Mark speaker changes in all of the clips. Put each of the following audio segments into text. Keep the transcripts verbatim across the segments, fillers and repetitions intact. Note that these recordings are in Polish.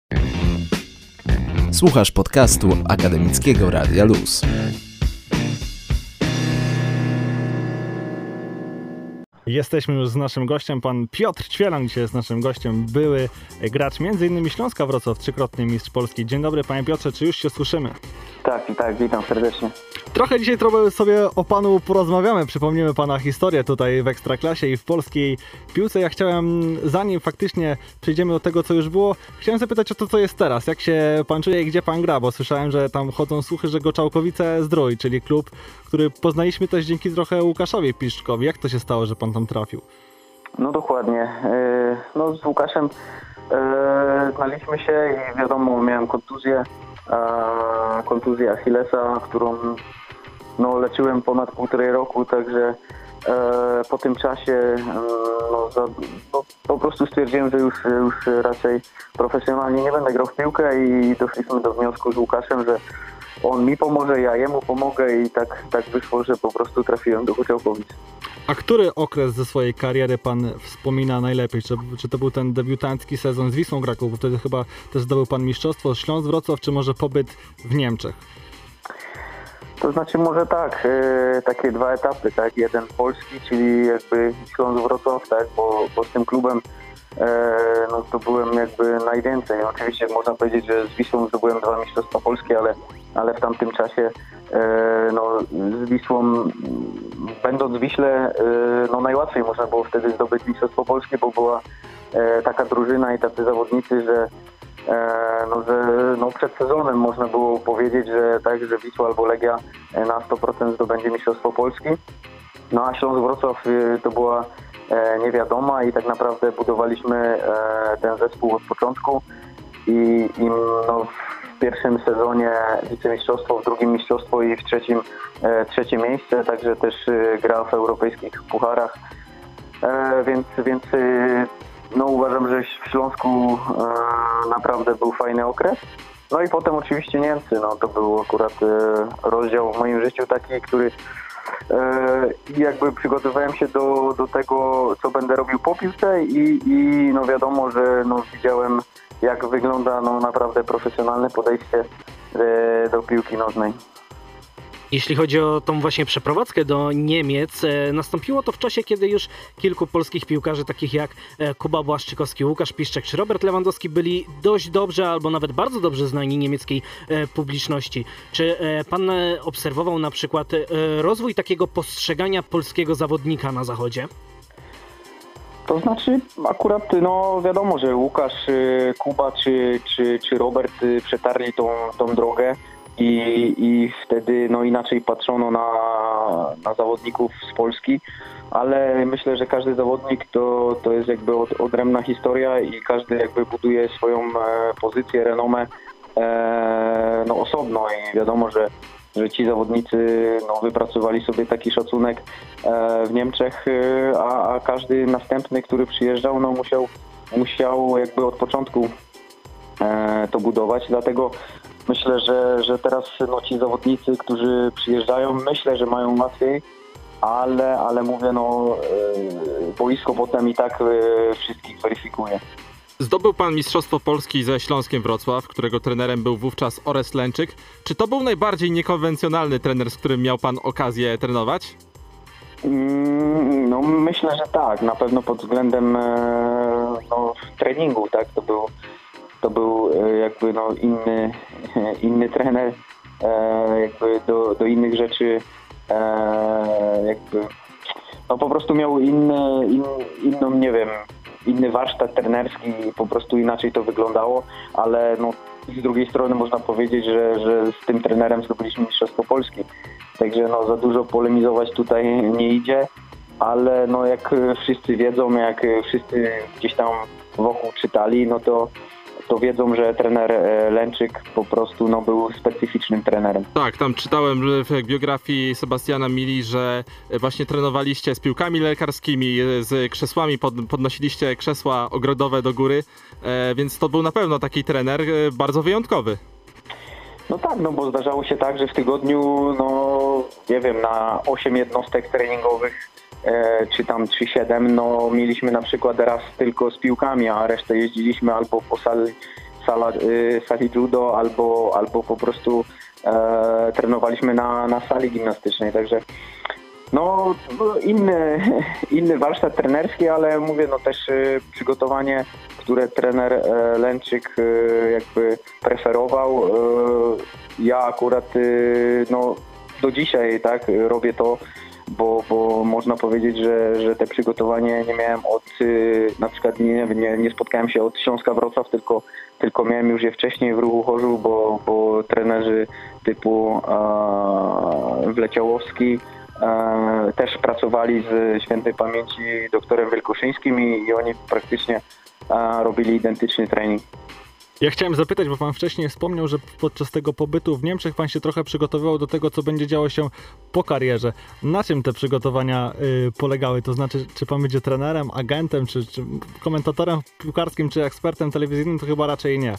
Speaker 1: Słuchasz podcastu Akademickiego Radia Luz.
Speaker 2: Jesteśmy już z naszym gościem, pan Piotr Ćwielan dzisiaj jest naszym gościem, były gracz między innymi Śląska Wrocław, trzykrotny mistrz Polski. Dzień dobry panie Piotrze, czy już się słyszymy?
Speaker 3: Tak, tak, witam serdecznie.
Speaker 2: Trochę dzisiaj trochę sobie o panu porozmawiamy, przypomnimy pana historię tutaj w Ekstraklasie i w polskiej piłce. Ja chciałem, zanim faktycznie przejdziemy do tego, co już było, chciałem zapytać o to, co jest teraz. Jak się pan czuje i gdzie pan gra, bo słyszałem, że tam chodzą słuchy, że Goczałkowice-Zdrój, czyli klub, który poznaliśmy też dzięki trochę Łukaszowi Piszczkowi. Jak to się stało, że pan tam trafił?
Speaker 3: No dokładnie. No z Łukaszem znaliśmy się i wiadomo, miałem kontuzję, kontuzję Achillesa, którą no, leczyłem ponad półtorej roku, także po tym czasie no, za, no, po prostu stwierdziłem, że już, już raczej profesjonalnie nie będę grał w piłkę i doszliśmy do wniosku z Łukaszem, że on mi pomoże, ja jemu pomogę i tak, tak wyszło, że po prostu trafiłem do Goczałkowic.
Speaker 2: A który okres ze swojej kariery pan wspomina najlepiej? Czy, czy to był ten debiutancki sezon z Wisłą Kraków, bo wtedy chyba też zdobył pan mistrzostwo, Śląsk Wrocław, czy może pobyt w Niemczech?
Speaker 3: To znaczy może tak, yy, takie dwa etapy, tak, jeden polski, czyli jakby Śląsk Wrocław, tak, bo, bo z tym klubem yy, no to byłem jakby najwięcej. Oczywiście można powiedzieć, że z Wisłą zdobyłem dwa mistrzostwa polskie, ale, ale w tamtym czasie yy, no, z Wisłą, będąc w Wiśle, yy, no najłatwiej można było wtedy zdobyć mistrzostwo polskie, bo była yy, taka drużyna i tacy zawodnicy, że No, że no przed sezonem można było powiedzieć, że tak, że Wisła albo Legia na sto procent zdobędzie mistrzostwo Polski. No a Śląsk Wrocław to była niewiadoma i tak naprawdę budowaliśmy ten zespół od początku i, i no, w pierwszym sezonie wicemistrzostwo, w drugim mistrzostwo i w trzecim trzecie miejsce, także też gra w europejskich pucharach, więc, więc no uważam, że w Śląsku e, naprawdę był fajny okres. No i potem oczywiście Niemcy, no to był akurat e, rozdział w moim życiu taki, który e, jakby przygotowałem się do, do tego, co będę robił po piłce i, i no wiadomo, że no widziałem, jak wygląda no naprawdę profesjonalne podejście e, do piłki nożnej.
Speaker 4: Jeśli chodzi o tą właśnie przeprowadzkę do Niemiec, e, nastąpiło to w czasie, kiedy już kilku polskich piłkarzy, takich jak e, Kuba Błaszczykowski, Łukasz Piszczek czy Robert Lewandowski, byli dość dobrze albo nawet bardzo dobrze znani niemieckiej e, publiczności. Czy e, pan e, obserwował na przykład e, rozwój takiego postrzegania polskiego zawodnika na zachodzie?
Speaker 3: To znaczy akurat no wiadomo, że Łukasz, Kuba czy, czy, czy Robert przetarli tą, tą drogę. I, I wtedy no inaczej patrzono na, na zawodników z Polski, ale myślę, że każdy zawodnik to, to jest jakby od, odrębna historia i każdy jakby buduje swoją e, pozycję, renomę e, no osobno i wiadomo, że, że ci zawodnicy no, wypracowali sobie taki szacunek e, w Niemczech, e, a, a każdy następny, który przyjeżdżał, no musiał, musiał jakby od początku e, to budować, dlatego myślę, że, że teraz no, ci zawodnicy, którzy przyjeżdżają, myślę, że mają łatwiej, ale, ale mówię, no yy, boisko potem i tak yy, wszystkich weryfikuje.
Speaker 5: Zdobył pan Mistrzostwo Polski ze Śląskiem Wrocław, którego trenerem był wówczas Orest Lęczyk. Czy to był najbardziej niekonwencjonalny trener, z którym miał pan okazję trenować?
Speaker 3: Mm, no myślę, że tak. Na pewno pod względem e, no, treningu, tak, to był To był jakby no inny, inny trener, e, jakby do, do innych rzeczy, e, jakby no po prostu miał inny, in, inną, nie wiem, inny warsztat trenerski i po prostu inaczej to wyglądało, ale no z drugiej strony można powiedzieć, że, że z tym trenerem zdobyliśmy Mistrzostwo Polski, także no za dużo polemizować tutaj nie idzie, ale no jak wszyscy wiedzą, jak wszyscy gdzieś tam wokół czytali, no to to wiedzą, że trener Lęczyk po prostu no, był specyficznym trenerem.
Speaker 5: Tak, tam czytałem w biografii Sebastiana Mili, że właśnie trenowaliście z piłkami lekarskimi, z krzesłami, pod, podnosiliście krzesła ogrodowe do góry, e, więc to był na pewno taki trener bardzo wyjątkowy.
Speaker 3: No tak, no bo zdarzało się tak, że w tygodniu, no nie wiem, na osiem jednostek treningowych e, czy tam trzy siedem, no mieliśmy na przykład raz tylko z piłkami, a resztę jeździliśmy albo po sali sala, y, sali judo albo, albo po prostu e, trenowaliśmy na, na sali gimnastycznej, także no, no inny, inny warsztat trenerski, ale mówię, no też y, przygotowanie, które trener e, Lęczyk y, jakby preferował. Y, ja akurat y, no, do dzisiaj tak robię to, bo, bo można powiedzieć, że, że te przygotowanie nie miałem od, y, na przykład nie, nie, nie spotkałem się od Śląska Wrocław, tylko, tylko miałem już je wcześniej w Ruchu Chorzów, bo, bo trenerzy typu e, Wleciałowski e, też pracowali z świętej pamięci doktorem Wielkoszyńskim i, i oni praktycznie e, robili identyczny trening.
Speaker 2: Ja chciałem zapytać, bo pan wcześniej wspomniał, że podczas tego pobytu w Niemczech pan się trochę przygotowywał do tego, co będzie działo się po karierze. Na czym te przygotowania y, polegały? To znaczy, czy pan będzie trenerem, agentem, czy, czy komentatorem piłkarskim, czy ekspertem telewizyjnym? To chyba raczej nie.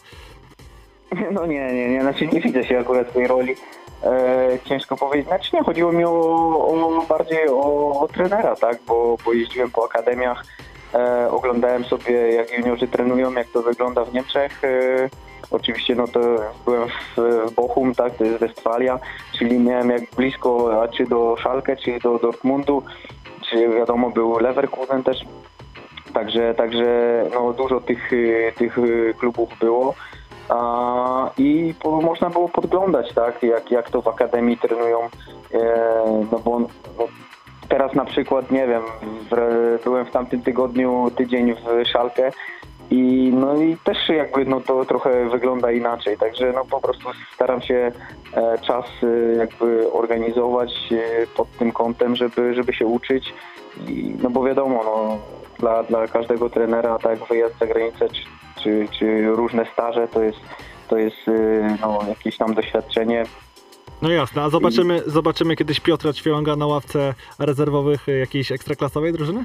Speaker 3: No nie, nie, nie, znaczy nie widzę się akurat w tej roli. E, ciężko powiedzieć. Znaczy nie, chodziło mi o, o bardziej o, o trenera, tak, bo, bo jeździłem po akademiach. E, oglądałem sobie, jak juniorzy trenują, jak to wygląda w Niemczech. E, oczywiście no to byłem w, w Bochum, tak, to jest Westfalia, czyli miałem jak blisko, a czy do Schalke, czy do Dortmundu, czy wiadomo był Leverkusen też. Także, także no dużo tych, tych klubów było. A, i po, można było podglądać, tak, jak, jak to w akademii trenują, e, no bo no, teraz na przykład, nie wiem, w, byłem w tamtym tygodniu tydzień w Schalke i no i też jakby no to trochę wygląda inaczej, także no po prostu staram się e, czas e, jakby organizować e, pod tym kątem, żeby, żeby się uczyć i, no bo wiadomo, no dla, dla każdego trenera tak wyjazd za granicę czy, czy, czy różne staże to jest, to jest e, no jakieś tam doświadczenie.
Speaker 2: No jasne, a zobaczymy, I... zobaczymy kiedyś Piotra Ćwionga na ławce rezerwowych jakiejś ekstraklasowej drużyny?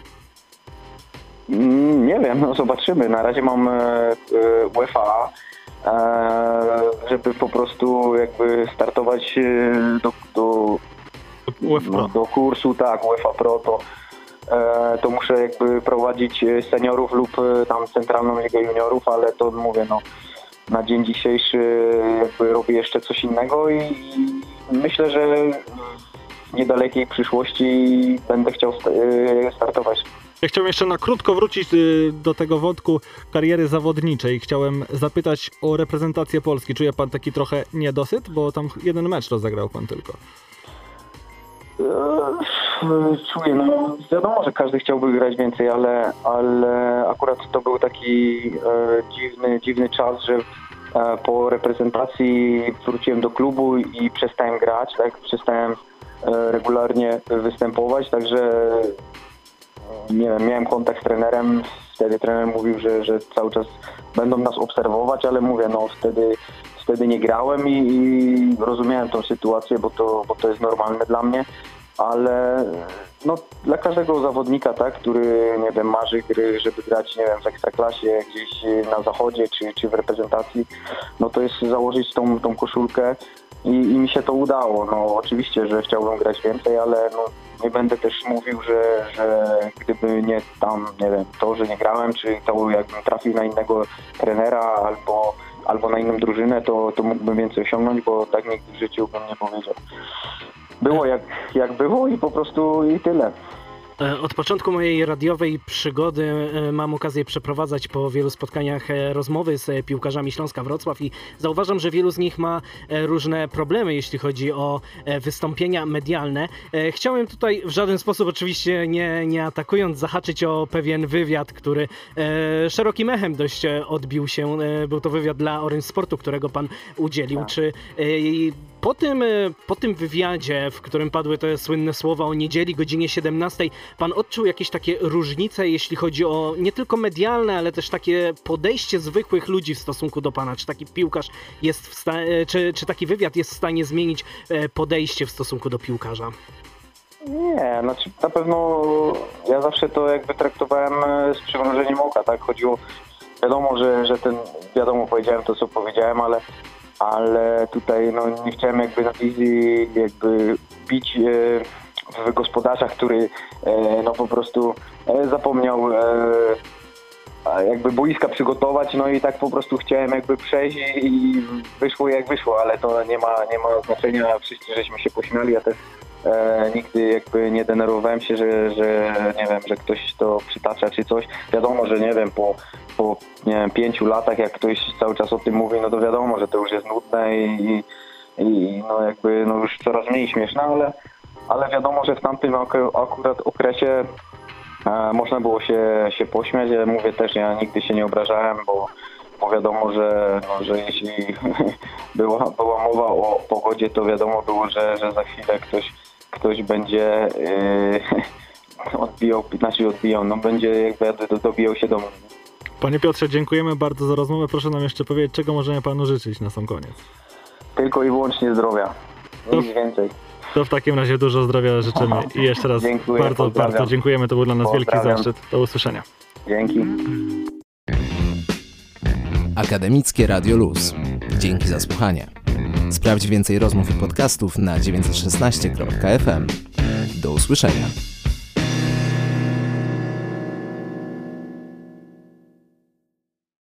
Speaker 3: Nie wiem, no zobaczymy. Na razie mam e, UEFA, e, żeby po prostu jakby startować do, do, no, do kursu, tak, UEFA Pro, to, e, to muszę jakby prowadzić seniorów lub tam centralną ligę juniorów, ale to mówię, no na dzień dzisiejszy jakby robię jeszcze coś innego i, i myślę, że w niedalekiej przyszłości będę chciał startować.
Speaker 2: Ja chciałem jeszcze na krótko wrócić do tego wątku kariery zawodniczej. Chciałem zapytać o reprezentację Polski. Czuje pan taki trochę niedosyt? Bo tam jeden mecz rozegrał pan tylko.
Speaker 3: Czuję, no wiadomo, że każdy chciałby grać więcej, ale, ale akurat to był taki e, dziwny, dziwny czas, że e, po reprezentacji wróciłem do klubu i przestałem grać, tak, przestałem e, regularnie występować, także nie wiem, miałem kontakt z trenerem, wtedy trener mówił, że, że cały czas będą nas obserwować, ale mówię, no wtedy, wtedy nie grałem i, i rozumiałem tą sytuację, bo to, bo to jest normalne dla mnie, ale no dla każdego zawodnika, tak, który, nie wiem, marzy gry, żeby grać, nie wiem, w Ekstraklasie, gdzieś na zachodzie, czy, czy w reprezentacji, no to jest założyć tą, tą koszulkę i, i mi się to udało. No oczywiście, że chciałbym grać więcej, ale no nie będę też mówił, że, że gdyby nie tam, nie wiem, to, że nie grałem, czy to jakbym trafił na innego trenera albo, albo na inną drużynę, to, to mógłbym więcej osiągnąć, bo tak nigdy w życiu bym nie powiedział. Było jak, jak było i po prostu i tyle.
Speaker 4: Od początku mojej radiowej przygody mam okazję przeprowadzać po wielu spotkaniach rozmowy z piłkarzami Śląska Wrocław i zauważam, że wielu z nich ma różne problemy, jeśli chodzi o wystąpienia medialne. Chciałem tutaj w żaden sposób, oczywiście nie, nie atakując, zahaczyć o pewien wywiad, który szerokim echem dość odbił się. Był to wywiad dla Orange Sportu, którego pan udzielił. Tak. Czy po tym, po tym wywiadzie, w którym padły te słynne słowa o niedzieli, godzinie siedemnastej, pan odczuł jakieś takie różnice, jeśli chodzi o nie tylko medialne, ale też takie podejście zwykłych ludzi w stosunku do pana? Czy taki piłkarz jest w stanie, czy, czy taki wywiad jest w stanie zmienić podejście w stosunku do piłkarza?
Speaker 3: Nie, znaczy na pewno ja zawsze to jakby traktowałem z przymrużeniem oka, tak? Chodziło, wiadomo, że, że ten, wiadomo, powiedziałem to, co powiedziałem, ale ale tutaj no, nie chciałem jakby na wizji jakby bić e, w gospodarza, który e, no po prostu e, zapomniał e, jakby boiska przygotować, no i tak po prostu chciałem jakby przejść i, i wyszło jak wyszło, ale to nie ma, nie ma znaczenia, wszyscy żeśmy się pośmiali, ja też e, nigdy jakby nie denerwowałem się, że, że nie wiem, że ktoś to przytacza czy coś. Wiadomo, że nie wiem, po, po nie wiem, pięciu latach jak ktoś cały czas o tym mówi, no to wiadomo, że to już jest nudne i, i, i no jakby no już coraz mniej śmieszne, ale, ale wiadomo, że w tamtym akurat okresie E, można było się, się pośmiać, ja mówię też, ja nigdy się nie obrażałem, bo, bo wiadomo, że, no, że jeśli była, była mowa o pogodzie, to wiadomo było, że, że za chwilę ktoś, ktoś będzie yy, odbijał, znaczy odbijał, no będzie jakby dobijał się do mnie.
Speaker 2: Panie Piotrze, dziękujemy bardzo za rozmowę. Proszę nam jeszcze powiedzieć, czego możemy panu życzyć na sam koniec.
Speaker 3: Tylko i wyłącznie zdrowia, nic więcej.
Speaker 2: To w takim razie dużo zdrowia życzymy i jeszcze raz
Speaker 3: Dziękuję,
Speaker 2: bardzo,
Speaker 3: pozdrawiam.
Speaker 2: bardzo dziękujemy. To był dla nas wielki
Speaker 3: Pozdrawiam.
Speaker 2: zaszczyt. Do usłyszenia.
Speaker 3: Dzięki.
Speaker 1: Akademickie Radio Luz. Dzięki za słuchanie. Sprawdź więcej rozmów i podcastów na dziewięćset szesnaście kropka f m. Do usłyszenia.